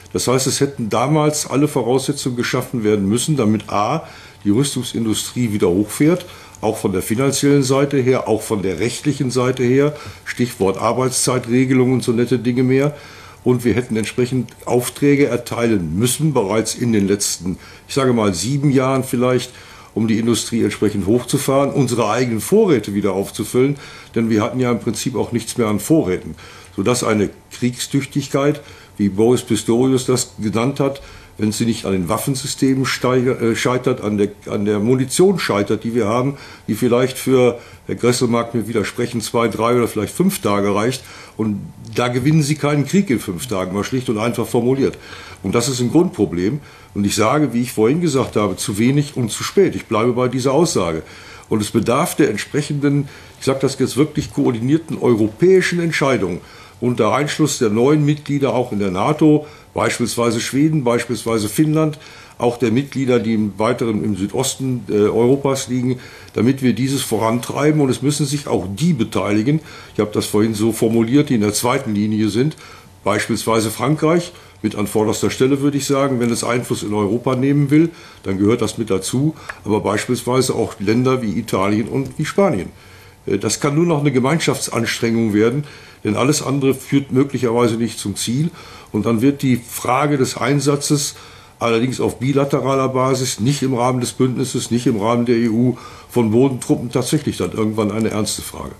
Das heißt, es hätten damals alle Voraussetzungen geschaffen werden müssen, damit a, die Rüstungsindustrie wieder hochfährt, auch von der finanziellen Seite her, auch von der rechtlichen Seite her, Stichwort Arbeitszeitregelung und so nette Dinge mehr. Und wir hätten entsprechend Aufträge erteilen müssen, bereits in den letzten, ich sage mal, sieben Jahren vielleicht, um die Industrie entsprechend hochzufahren, unsere eigenen Vorräte wieder aufzufüllen, denn wir hatten ja im Prinzip auch nichts mehr an Vorräten, sodass eine Kriegstüchtigkeit, wie Boris Pistorius das genannt hat, wenn sie nicht an den Waffensystemen scheitert, an der, an der Munition scheitert, die wir haben, die vielleicht für, Herr Gressel mag mir widersprechen, zwei, drei oder vielleicht fünf Tage reicht. Und da gewinnen Sie keinen Krieg in fünf Tagen, mal schlicht und einfach formuliert. Und das ist ein Grundproblem. Und ich sage, wie ich vorhin gesagt habe, zu wenig und zu spät. Ich bleibe bei dieser Aussage. Und es bedarf der entsprechenden, ich sage das jetzt wirklich koordinierten europäischen Entscheidungen unter Einschluss der neuen Mitglieder auch in der NATO, beispielsweise Schweden, beispielsweise Finnland, auch der Mitglieder, die im weiteren im Südosten äh, Europas liegen, damit wir dieses vorantreiben. Und es müssen sich auch die beteiligen, ich habe das vorhin so formuliert, die in der zweiten Linie sind, beispielsweise Frankreich, mit an vorderster Stelle würde ich sagen, wenn es Einfluss in Europa nehmen will, dann gehört das mit dazu, aber beispielsweise auch Länder wie Italien und wie Spanien. Äh, das kann nur noch eine Gemeinschaftsanstrengung werden, denn alles andere führt möglicherweise nicht zum Ziel. Und dann wird die Frage des Einsatzes allerdings auf bilateraler Basis, nicht im Rahmen des Bündnisses, nicht im Rahmen der E U, von Bodentruppen tatsächlich dann irgendwann eine ernste Frage.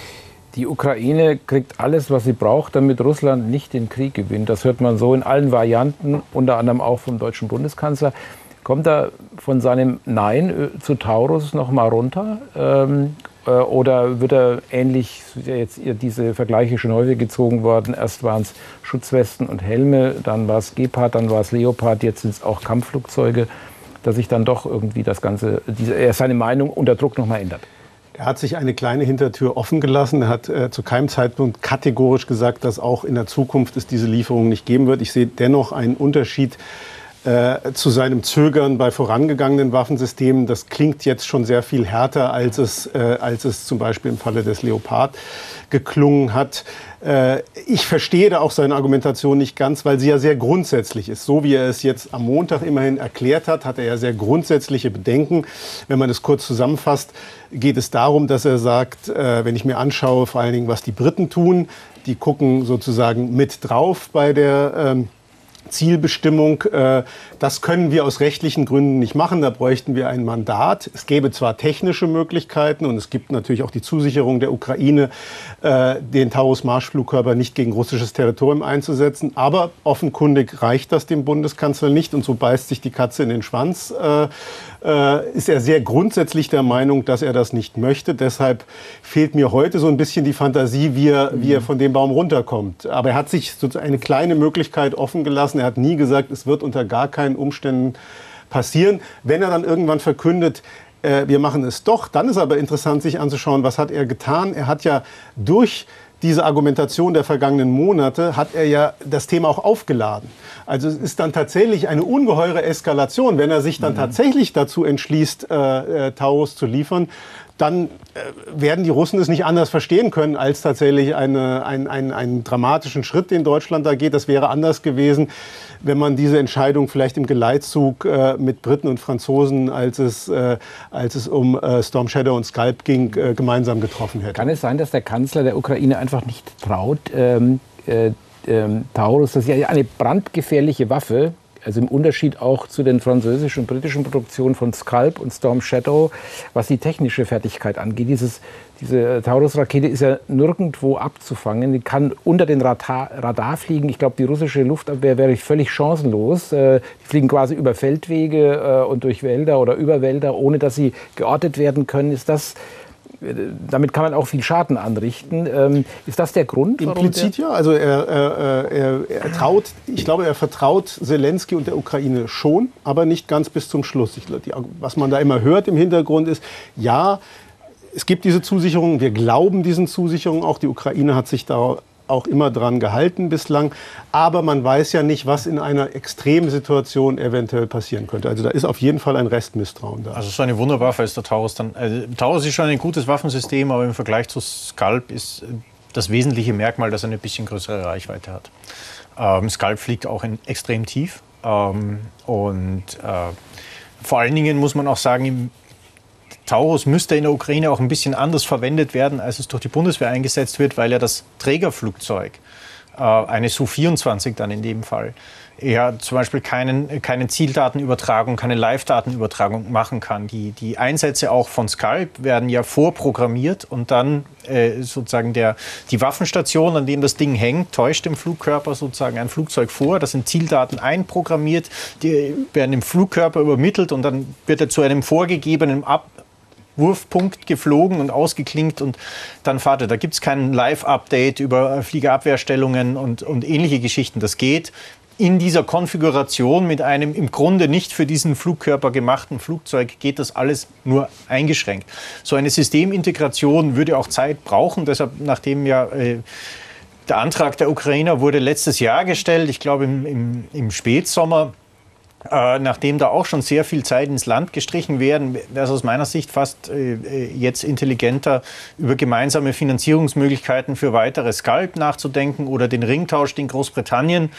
Die Ukraine kriegt alles, was sie braucht, damit Russland nicht den Krieg gewinnt. Das hört man so in allen Varianten, unter anderem auch vom deutschen Bundeskanzler. Kommt er von seinem Nein zu Taurus noch mal runter? Ähm, äh, oder wird er ähnlich, jetzt diese Vergleiche schon häufig gezogen worden, erst waren es Schutzwesten und Helme, dann war es Gepard, dann war es Leopard, jetzt sind es auch Kampfflugzeuge, dass sich dann doch irgendwie das Ganze, diese, er seine Meinung unter Druck noch mal ändert? Er hat sich eine kleine Hintertür offen gelassen. Er hat äh, zu keinem Zeitpunkt kategorisch gesagt, dass auch in der Zukunft es diese Lieferung nicht geben wird. Ich sehe dennoch einen Unterschied äh, zu seinem Zögern bei vorangegangenen Waffensystemen. Das klingt jetzt schon sehr viel härter, als es, äh, als es zum Beispiel im Falle des Leopard geklungen hat. Äh, ich verstehe da auch seine Argumentation nicht ganz, weil sie ja sehr grundsätzlich ist. So wie er es jetzt am Montag immerhin erklärt hat, hat er ja sehr grundsätzliche Bedenken. Wenn man es kurz zusammenfasst, geht es darum, dass er sagt, äh, wenn ich mir anschaue, vor allen Dingen, was die Briten tun, die gucken sozusagen mit drauf bei der ähm, Zielbestimmung. Äh, das können wir aus rechtlichen Gründen nicht machen. Da bräuchten wir ein Mandat. Es gäbe zwar technische Möglichkeiten und es gibt natürlich auch die Zusicherung der Ukraine, äh, den Taurus-Marschflugkörper nicht gegen russisches Territorium einzusetzen. Aber offenkundig reicht das dem Bundeskanzler nicht und so beißt sich die Katze in den Schwanz. Äh, äh, ist er sehr grundsätzlich der Meinung, dass er das nicht möchte. Deshalb fehlt mir heute so ein bisschen die Fantasie, wie er, mhm. wie er von dem Baum runterkommt. Aber er hat sich sozusagen eine kleine Möglichkeit offen gelassen. Er hat nie gesagt, es wird unter gar keinen Umständen passieren. Wenn er dann irgendwann verkündet, äh, wir machen es doch, dann ist aber interessant, sich anzuschauen, was hat er getan. Er hat ja durch diese Argumentation der vergangenen Monate, hat er ja das Thema auch aufgeladen. Also es ist dann tatsächlich eine ungeheure Eskalation, wenn er sich dann mhm. tatsächlich dazu entschließt, äh, äh, Taurus zu liefern. Dann äh, werden die Russen es nicht anders verstehen können, als tatsächlich eine, ein, ein, einen dramatischen Schritt, den Deutschland da geht. Das wäre anders gewesen, wenn man diese Entscheidung vielleicht im Geleitzug äh, mit Briten und Franzosen, als es, äh, als es um äh, Storm Shadow und Scalp ging, äh, gemeinsam getroffen hätte. Kann es sein, dass der Kanzler der Ukraine einfach nicht traut, ähm, äh, ähm, Taurus, das ist ja eine brandgefährliche Waffe, also im Unterschied auch zu den französischen und britischen Produktionen von Scalp und Storm Shadow, was die technische Fertigkeit angeht. Dieses, diese Taurus-Rakete ist ja nirgendwo abzufangen. Die kann unter den Radar, Radar fliegen. Ich glaube, die russische Luftabwehr wäre völlig chancenlos. Die fliegen quasi über Feldwege und durch Wälder oder über Wälder, ohne dass sie geortet werden können. Ist das... Damit kann man auch viel Schaden anrichten. Ähm, ist das der Grund? Implizit ja. Also er, er, er, er traut, ich glaube, er vertraut Zelensky und der Ukraine schon, aber nicht ganz bis zum Schluss. Ich, die, was man da immer hört im Hintergrund ist, ja, es gibt diese Zusicherungen, wir glauben diesen Zusicherungen auch. Die Ukraine hat sich da auch immer dran gehalten bislang. Aber man weiß ja nicht, was in einer extremen Situation eventuell passieren könnte. Also da ist auf jeden Fall ein Restmisstrauen da. Also so eine Wunderwaffe ist der Taurus dann. Äh, Taurus ist schon ein gutes Waffensystem, aber im Vergleich zu Scalp ist das wesentliche Merkmal, dass er eine bisschen größere Reichweite hat. Ähm, Scalp fliegt auch in, extrem tief. Ähm, und äh, vor allen Dingen muss man auch sagen, im Taurus müsste in der Ukraine auch ein bisschen anders verwendet werden, als es durch die Bundeswehr eingesetzt wird, weil ja das Trägerflugzeug, äh, eine S U vierundzwanzig dann in dem Fall, ja zum Beispiel keinen, keine Zieldatenübertragung, keine Live-Datenübertragung machen kann. Die, die Einsätze auch von Scalp werden ja vorprogrammiert und dann äh, sozusagen der, die Waffenstation, an denen das Ding hängt, täuscht dem Flugkörper sozusagen ein Flugzeug vor. Da sind Zieldaten einprogrammiert, die werden dem Flugkörper übermittelt und dann wird er zu einem vorgegebenen Ab Wurfpunkt geflogen und ausgeklingt und dann fahrt er. Da gibt es kein Live-Update über Fliegerabwehrstellungen und, und ähnliche Geschichten. Das geht in dieser Konfiguration mit einem im Grunde nicht für diesen Flugkörper gemachten Flugzeug, geht das alles nur eingeschränkt. So eine Systemintegration würde auch Zeit brauchen. Deshalb, nachdem ja äh, der Antrag der Ukrainer wurde letztes Jahr gestellt, ich glaube im, im, im Spätsommer, Äh, nachdem da auch schon sehr viel Zeit ins Land gestrichen werden, wäre es aus meiner Sicht fast äh, jetzt intelligenter, über gemeinsame Finanzierungsmöglichkeiten für weitere Scalp nachzudenken oder den Ringtausch, den Großbritannien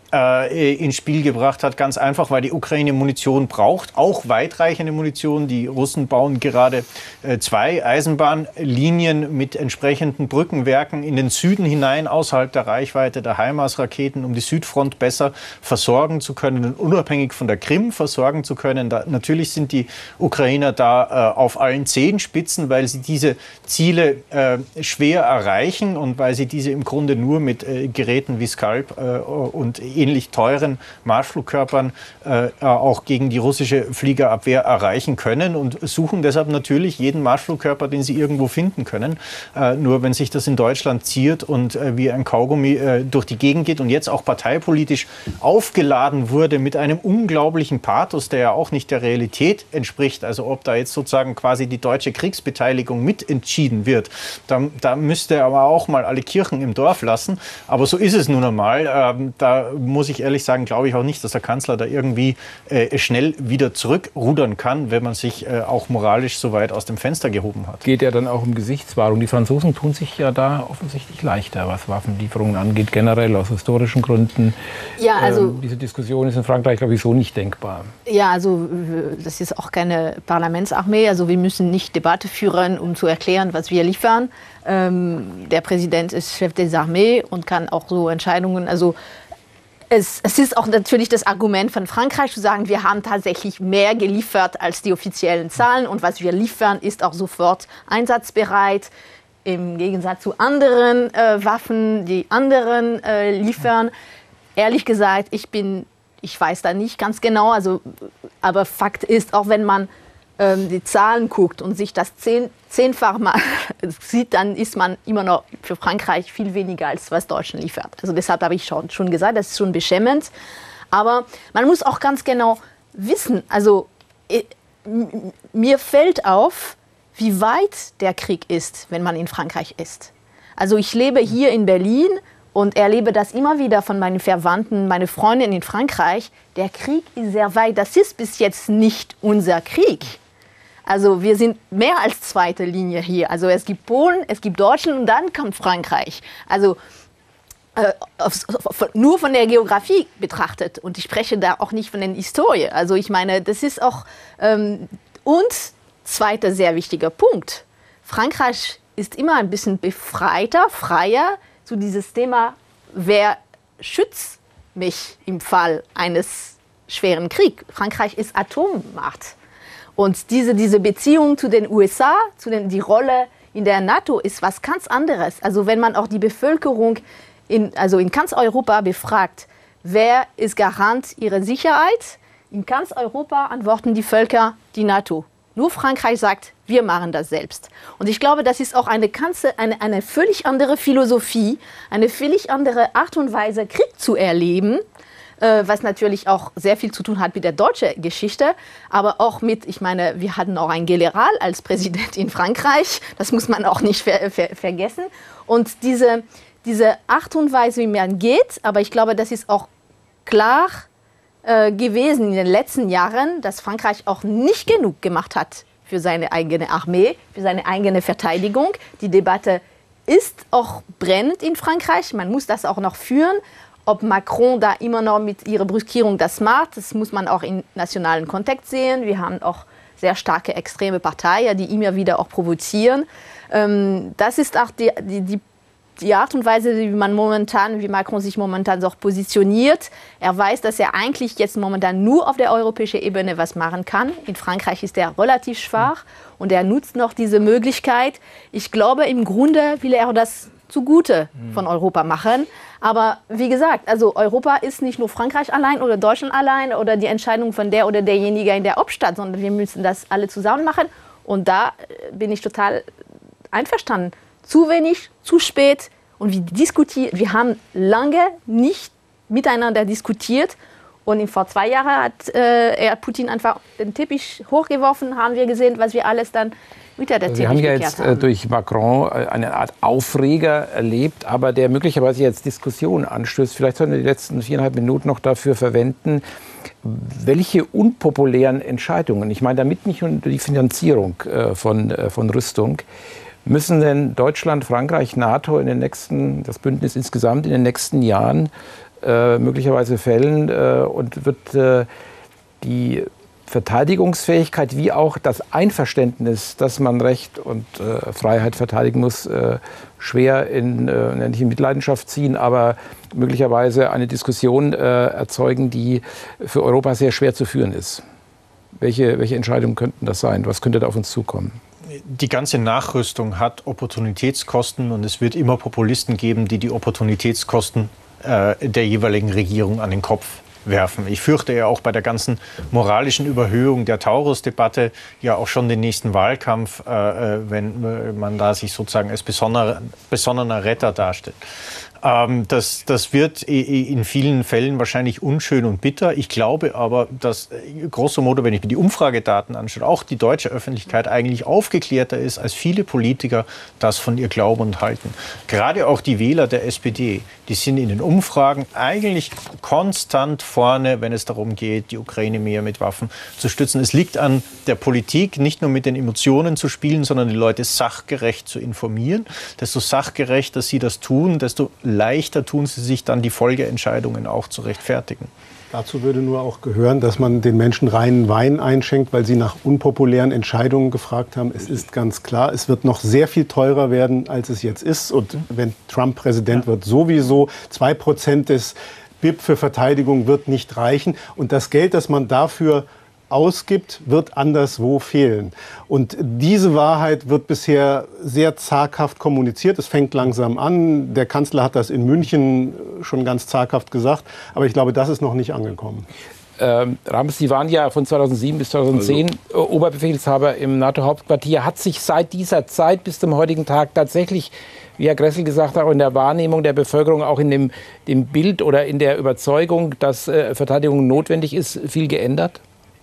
äh, ins Spiel gebracht hat. Ganz einfach, weil die Ukraine Munition braucht, auch weitreichende Munition. Die Russen bauen gerade äh, zwei Eisenbahnlinien mit entsprechenden Brückenwerken in den Süden hinein, außerhalb der Reichweite der HIMARS-Raketen, um die Südfront besser versorgen zu können und unabhängig von der Krim versorgen zu können. Da, natürlich sind die Ukrainer da äh, auf allen Zehenspitzen, weil sie diese Ziele äh, schwer erreichen und weil sie diese im Grunde nur mit äh, Geräten wie Scalp äh, und ähnlich teuren Marschflugkörpern äh, auch gegen die russische Fliegerabwehr erreichen können und suchen deshalb natürlich jeden Marschflugkörper, den sie irgendwo finden können. Äh, nur wenn sich das in Deutschland ziert und äh, wie ein Kaugummi äh, durch die Gegend geht und jetzt auch parteipolitisch aufgeladen wurde mit einem unglaublichen Pathos, der ja auch nicht der Realität entspricht, also ob da jetzt sozusagen quasi die deutsche Kriegsbeteiligung mitentschieden wird, da, da müsste er aber auch mal alle Kirchen im Dorf lassen. Aber so ist es nun einmal. Ähm, da muss ich ehrlich sagen, glaube ich auch nicht, dass der Kanzler da irgendwie äh, schnell wieder zurückrudern kann, wenn man sich äh, auch moralisch so weit aus dem Fenster gehoben hat. Geht ja dann auch um Gesichtswahrung. Die Franzosen tun sich ja da offensichtlich leichter, was Waffenlieferungen angeht, generell aus historischen Gründen. Ja, also ähm, diese Diskussion ist in Frankreich, glaube ich, so nicht denkbar. Ja, also das ist auch keine Parlamentsarmee. Also wir müssen nicht Debatte führen, um zu erklären, was wir liefern. Ähm, der Präsident ist Chef des Armées und kann auch so Entscheidungen, also Es, es ist auch natürlich das Argument von Frankreich zu sagen, wir haben tatsächlich mehr geliefert als die offiziellen Zahlen und was wir liefern, ist auch sofort einsatzbereit. Im Gegensatz zu anderen äh, Waffen, die anderen äh, liefern. Ehrlich gesagt, ich bin, ich weiß da nicht ganz genau, also, aber Fakt ist, auch wenn man ähm, die Zahlen guckt und sich das zehn, zehnfach mal sieht, dann ist man immer noch für Frankreich viel weniger, als was Deutschland liefert. Also deshalb habe ich schon, schon gesagt, das ist schon beschämend. Aber man muss auch ganz genau wissen, also äh, mir fällt auf, wie weit der Krieg ist, wenn man in Frankreich ist. Also ich lebe hier in Berlin und erlebe das immer wieder von meinen Verwandten, meine Freundinnen in Frankreich. Der Krieg ist sehr weit, das ist bis jetzt nicht unser Krieg. Also wir sind mehr als zweite Linie hier. Also es gibt Polen, es gibt Deutschland und dann kommt Frankreich. Also äh, auf, auf, nur von der Geografie betrachtet. Und ich spreche da auch nicht von der Historie. Also ich meine, das ist auch... Ähm, und zweiter sehr wichtiger Punkt. Frankreich ist immer ein bisschen befreiter, freier zu dieses Thema, wer schützt mich im Fall eines schweren Kriegs. Frankreich ist Atommacht. Und diese, diese Beziehung zu den U S A, zu den, die Rolle in der NATO ist was ganz anderes. Also wenn man auch die Bevölkerung in, also in ganz Europa befragt, wer ist Garant ihrer Sicherheit? In ganz Europa antworten die Völker die NATO. Nur Frankreich sagt, wir machen das selbst. Und ich glaube, das ist auch eine, ganze, eine, eine völlig andere Philosophie, eine völlig andere Art und Weise, Krieg zu erleben, äh, was natürlich auch sehr viel zu tun hat mit der deutschen Geschichte, aber auch mit, ich meine, wir hatten auch einen General als Präsident in Frankreich, das muss man auch nicht ver ver vergessen. Und diese, diese Art und Weise, wie man geht, aber ich glaube, das ist auch klar gewesen in den letzten Jahren, dass Frankreich auch nicht genug gemacht hat für seine eigene Armee, für seine eigene Verteidigung. Die Debatte ist auch brennend in Frankreich, man muss das auch noch führen. Ob Macron da immer noch mit ihrer Brüskierung das macht, das muss man auch im nationalen Kontext sehen. Wir haben auch sehr starke extreme Parteien, die immer wieder auch provozieren. Ähm, das ist auch die, die, die, die Art und Weise, wie man momentan, wie Macron sich momentan so positioniert. Er weiß, dass er eigentlich jetzt momentan nur auf der europäischen Ebene was machen kann. In Frankreich ist er relativ schwach und er nutzt noch diese Möglichkeit. Ich glaube, im Grunde will er das zugute von Europa machen. Aber wie gesagt, also Europa ist nicht nur Frankreich allein oder Deutschland allein oder die Entscheidung von der oder derjenige in der Hauptstadt, sondern wir müssen das alle zusammen machen. Und da bin ich total einverstanden. Zu wenig, zu spät. Und wir diskutieren, wir haben lange nicht miteinander diskutiert. Und vor zwei Jahren hat äh, er Putin einfach den Teppich hochgeworfen, haben wir gesehen, was wir alles dann wieder der Sie haben ja jetzt haben. durch Macron eine Art Aufreger erlebt, aber der möglicherweise jetzt Diskussionen anstößt. Vielleicht sollten wir die letzten viereinhalb Minuten noch dafür verwenden, welche unpopulären Entscheidungen, ich meine damit nicht nur die Finanzierung von, von Rüstung, müssen denn Deutschland, Frankreich, NATO in den nächsten, das Bündnis insgesamt in den nächsten Jahren äh, möglicherweise fällen äh, und wird äh, die Verteidigungsfähigkeit wie auch das Einverständnis, dass man Recht und äh, Freiheit verteidigen muss, äh, schwer in, äh, nicht in Mitleidenschaft ziehen, aber möglicherweise eine Diskussion äh, erzeugen, die für Europa sehr schwer zu führen ist. Welche, welche Entscheidungen könnten das sein? Was könnte da auf uns zukommen? Die ganze Nachrüstung hat Opportunitätskosten und es wird immer Populisten geben, die die Opportunitätskosten äh, der jeweiligen Regierung an den Kopf werfen. Ich fürchte ja auch bei der ganzen moralischen Überhöhung der Taurus-Debatte ja auch schon den nächsten Wahlkampf, äh, wenn man da sich sozusagen als besonderer, besonnener Retter darstellt. Ähm, das, das wird in vielen Fällen wahrscheinlich unschön und bitter. Ich glaube aber, dass grosso modo, wenn ich mir die Umfragedaten anschaue, auch die deutsche Öffentlichkeit eigentlich aufgeklärter ist, als viele Politiker das von ihr glauben und halten. Gerade auch die Wähler der S P D, die sind in den Umfragen eigentlich konstant vorne, wenn es darum geht, die Ukraine mehr mit Waffen zu stützen. Es liegt an der Politik, nicht nur mit den Emotionen zu spielen, sondern die Leute sachgerecht zu informieren. Desto sachgerechter sie das tun, desto leichter tun sie sich dann, die Folgeentscheidungen auch zu rechtfertigen. Dazu würde nur auch gehören, dass man den Menschen reinen Wein einschenkt, weil sie nach unpopulären Entscheidungen gefragt haben. Es ist ganz klar, es wird noch sehr viel teurer werden, als es jetzt ist. Und wenn Trump Präsident wird, sowieso zwei Prozent des B I P für Verteidigung wird nicht reichen. Und das Geld, das man dafür ausgibt, wird anderswo fehlen. Und diese Wahrheit wird bisher sehr zaghaft kommuniziert. Es fängt langsam an. Der Kanzler hat das in München schon ganz zaghaft gesagt. Aber ich glaube, das ist noch nicht angekommen. Ähm, Rams, Sie waren ja von zweitausendsieben bis zweitausendzehn also. Oberbefehlshaber im NATO-Hauptquartier. Hat sich seit dieser Zeit bis zum heutigen Tag tatsächlich, wie Herr Gressel gesagt hat, auch in der Wahrnehmung der Bevölkerung, auch in dem, dem Bild oder in der Überzeugung, dass äh, Verteidigung notwendig ist, viel geändert?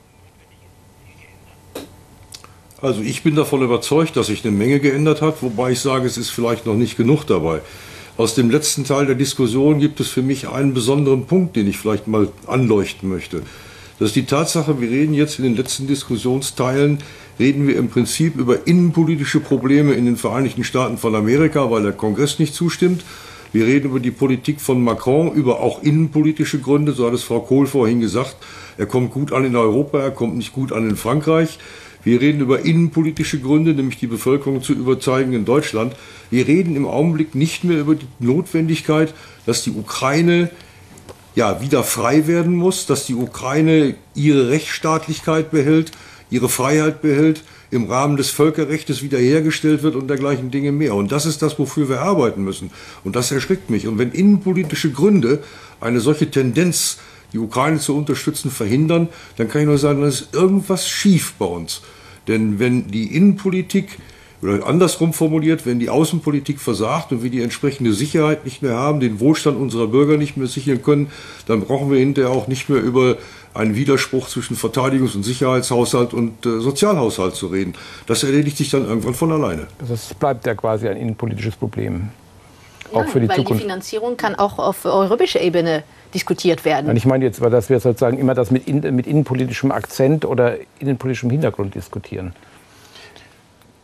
Also ich bin davon überzeugt, dass sich eine Menge geändert hat, wobei ich sage, es ist vielleicht noch nicht genug dabei. Aus dem letzten Teil der Diskussion gibt es für mich einen besonderen Punkt, den ich vielleicht mal anleuchten möchte. Das ist die Tatsache, wir reden jetzt in den letzten Diskussionsteilen, reden wir im Prinzip über innenpolitische Probleme in den Vereinigten Staaten von Amerika, weil der Kongress nicht zustimmt. Wir reden über die Politik von Macron, über auch innenpolitische Gründe, so hat es Frau Kohl vorhin gesagt. Er kommt gut an in Europa, er kommt nicht gut an in Frankreich. Wir reden über innenpolitische Gründe, nämlich die Bevölkerung zu überzeugen in Deutschland. Wir reden im Augenblick nicht mehr über die Notwendigkeit, dass die Ukraine ja, wieder frei werden muss, dass die Ukraine ihre Rechtsstaatlichkeit behält, ihre Freiheit behält, im Rahmen des Völkerrechts wiederhergestellt wird und dergleichen Dinge mehr. Und das ist das, wofür wir arbeiten müssen. Und das erschrickt mich. Und wenn innenpolitische Gründe eine solche Tendenz, die Ukraine zu unterstützen, verhindern, dann kann ich nur sagen, da ist irgendwas schief bei uns. Denn wenn die Innenpolitik, oder andersrum formuliert, wenn die Außenpolitik versagt und wir die entsprechende Sicherheit nicht mehr haben, den Wohlstand unserer Bürger nicht mehr sichern können, dann brauchen wir hinterher auch nicht mehr über einen Widerspruch zwischen Verteidigungs- und Sicherheitshaushalt und äh, Sozialhaushalt zu reden. Das erledigt sich dann irgendwann von alleine. Das bleibt ja quasi ein innenpolitisches Problem. Auch ja, für die weil Zukunft. Die Finanzierung kann auch auf europäischer Ebene diskutiert werden. Und ich meine jetzt, dass wir sozusagen immer das mit, in, mit innenpolitischem Akzent oder innenpolitischem Hintergrund diskutieren.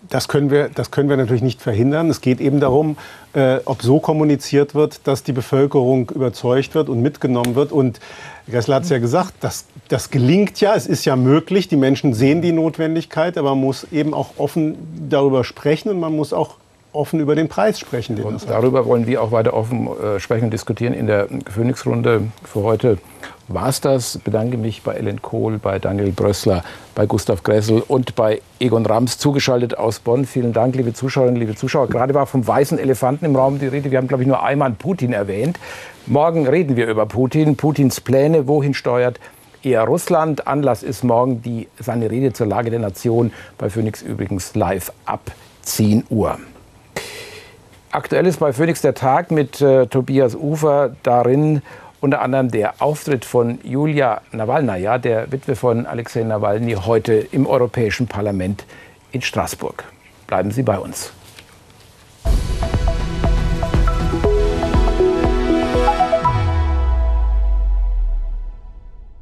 Das können wir, das können wir natürlich nicht verhindern. Es geht eben darum, äh, ob so kommuniziert wird, dass die Bevölkerung überzeugt wird und mitgenommen wird. Und Gessler hat es ja gesagt, das, das gelingt ja, es ist ja möglich. Die Menschen sehen die Notwendigkeit, aber man muss eben auch offen darüber sprechen und man muss auch offen über den Preis sprechen. Den und darüber wollen wir auch weiter offen äh, sprechen und diskutieren in der Phoenix-Runde. Für heute war es das. Ich bedanke mich bei Ellen Kohl, bei Daniel Brössler, bei Gustav Gressel und bei Egon Rams, zugeschaltet aus Bonn. Vielen Dank, liebe Zuschauerinnen, liebe Zuschauer. Gerade war vom weißen Elefanten im Raum die Rede. Wir haben, glaube ich, nur einmal Putin erwähnt. Morgen reden wir über Putin, Putins Pläne, wohin steuert eher Russland. Anlass ist morgen die, seine Rede zur Lage der Nation, bei Phoenix übrigens live ab zehn Uhr. Aktuell ist bei Phoenix der Tag mit äh, Tobias Ufer, darin unter anderem der Auftritt von Julia Nawalnaja, der Witwe von Alexei Nawalny, heute im Europäischen Parlament in Straßburg. Bleiben Sie bei uns.